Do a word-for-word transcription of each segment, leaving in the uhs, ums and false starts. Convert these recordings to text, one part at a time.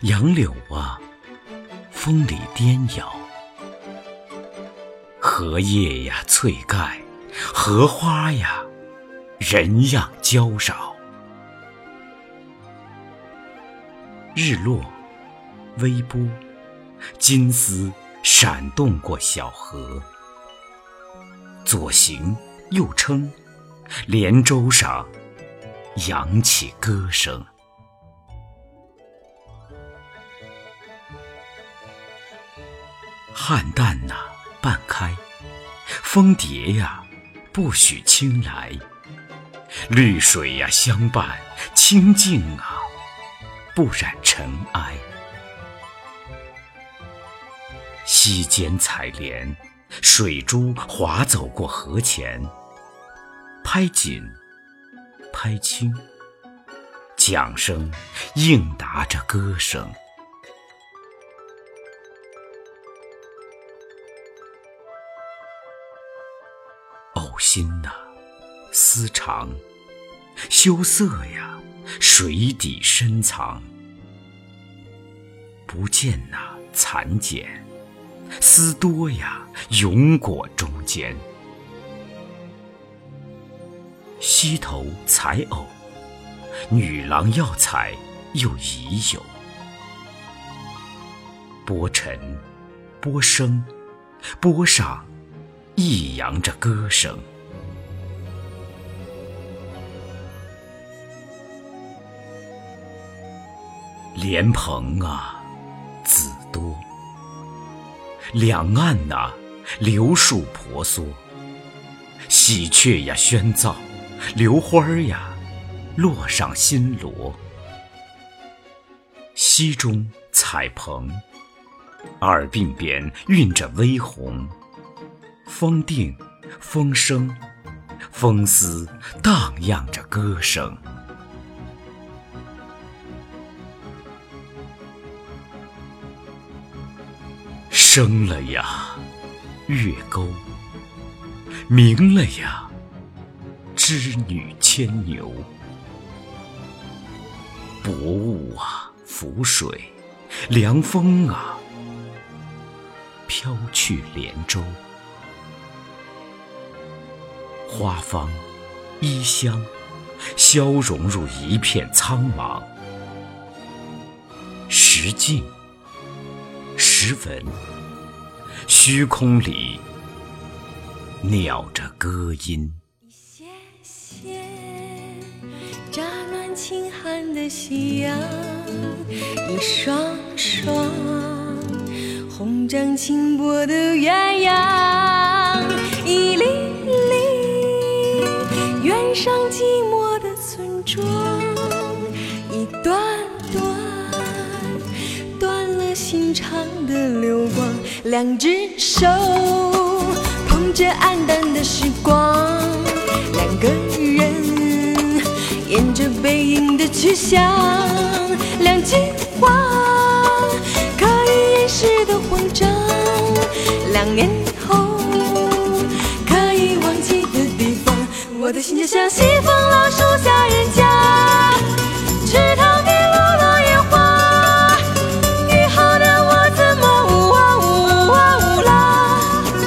杨柳啊，风里颠摇，荷叶呀翠盖，荷花呀人样娇娆。日落微波，金丝闪动过小河，左行右称，连舟上扬起歌声。菡萏呐、啊、半开，蜂蝶呀、啊、不许轻来，绿水呀、啊、相伴，清净啊不染尘埃。溪间采莲，水珠划走过河前，拍紧拍轻，桨声应答着歌声。藕心呐、啊、丝长，羞涩呀水底深藏，不见那、啊、蚕茧，丝多呀永裹中间。溪头采藕，女郎要采又已有。波沉波升，波上抑扬着歌声。莲蓬啊籽多，两岸呐、啊、柳树婆娑，喜鹊呀喧噪，榴花呀落上新罗。溪中彩蓬，耳鬓边晕着微红，风定风声，风丝荡漾着歌声。升了呀月钩，明了呀织女牵牛。薄雾啊浮水，凉风啊飘去莲舟。花芳衣香消融入一片苍茫，时静时闻，虚空里鸟着歌音。 谢谢乍暖轻寒的夕阳，一双双红掌轻拨的鸳鸯，一粒粒远上寂寞的村庄，一段段断了心肠的流光，两只手捧着黯淡的时光，两个人沿着背影的去向，两句话可以掩饰的慌张，两年后可以忘记的地方。我的心就像西风老树下人家，池塘边落落叶花，雨后的我怎么呜啊呜啊呜啦。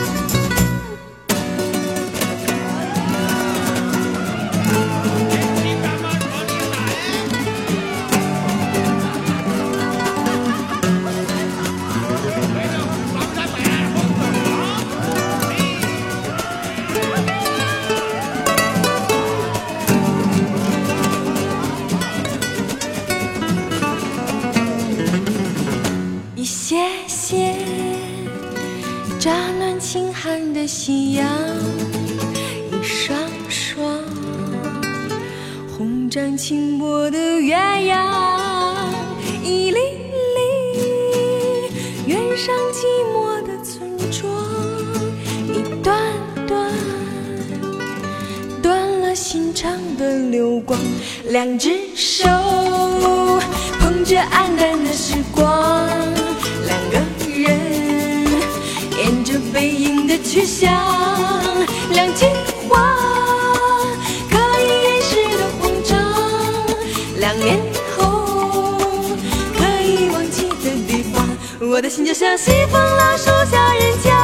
谢谢乍暖轻寒的夕阳，一双双红掌轻拨的鸳鸯，一粒粒远上寂寞的村庄，一段段断了心肠的流光，两只手捧着黯淡的时光，两个人沿着背影的去向，两句话可以掩饰的慌张，两年后可以忘记心就像西风老树下人家。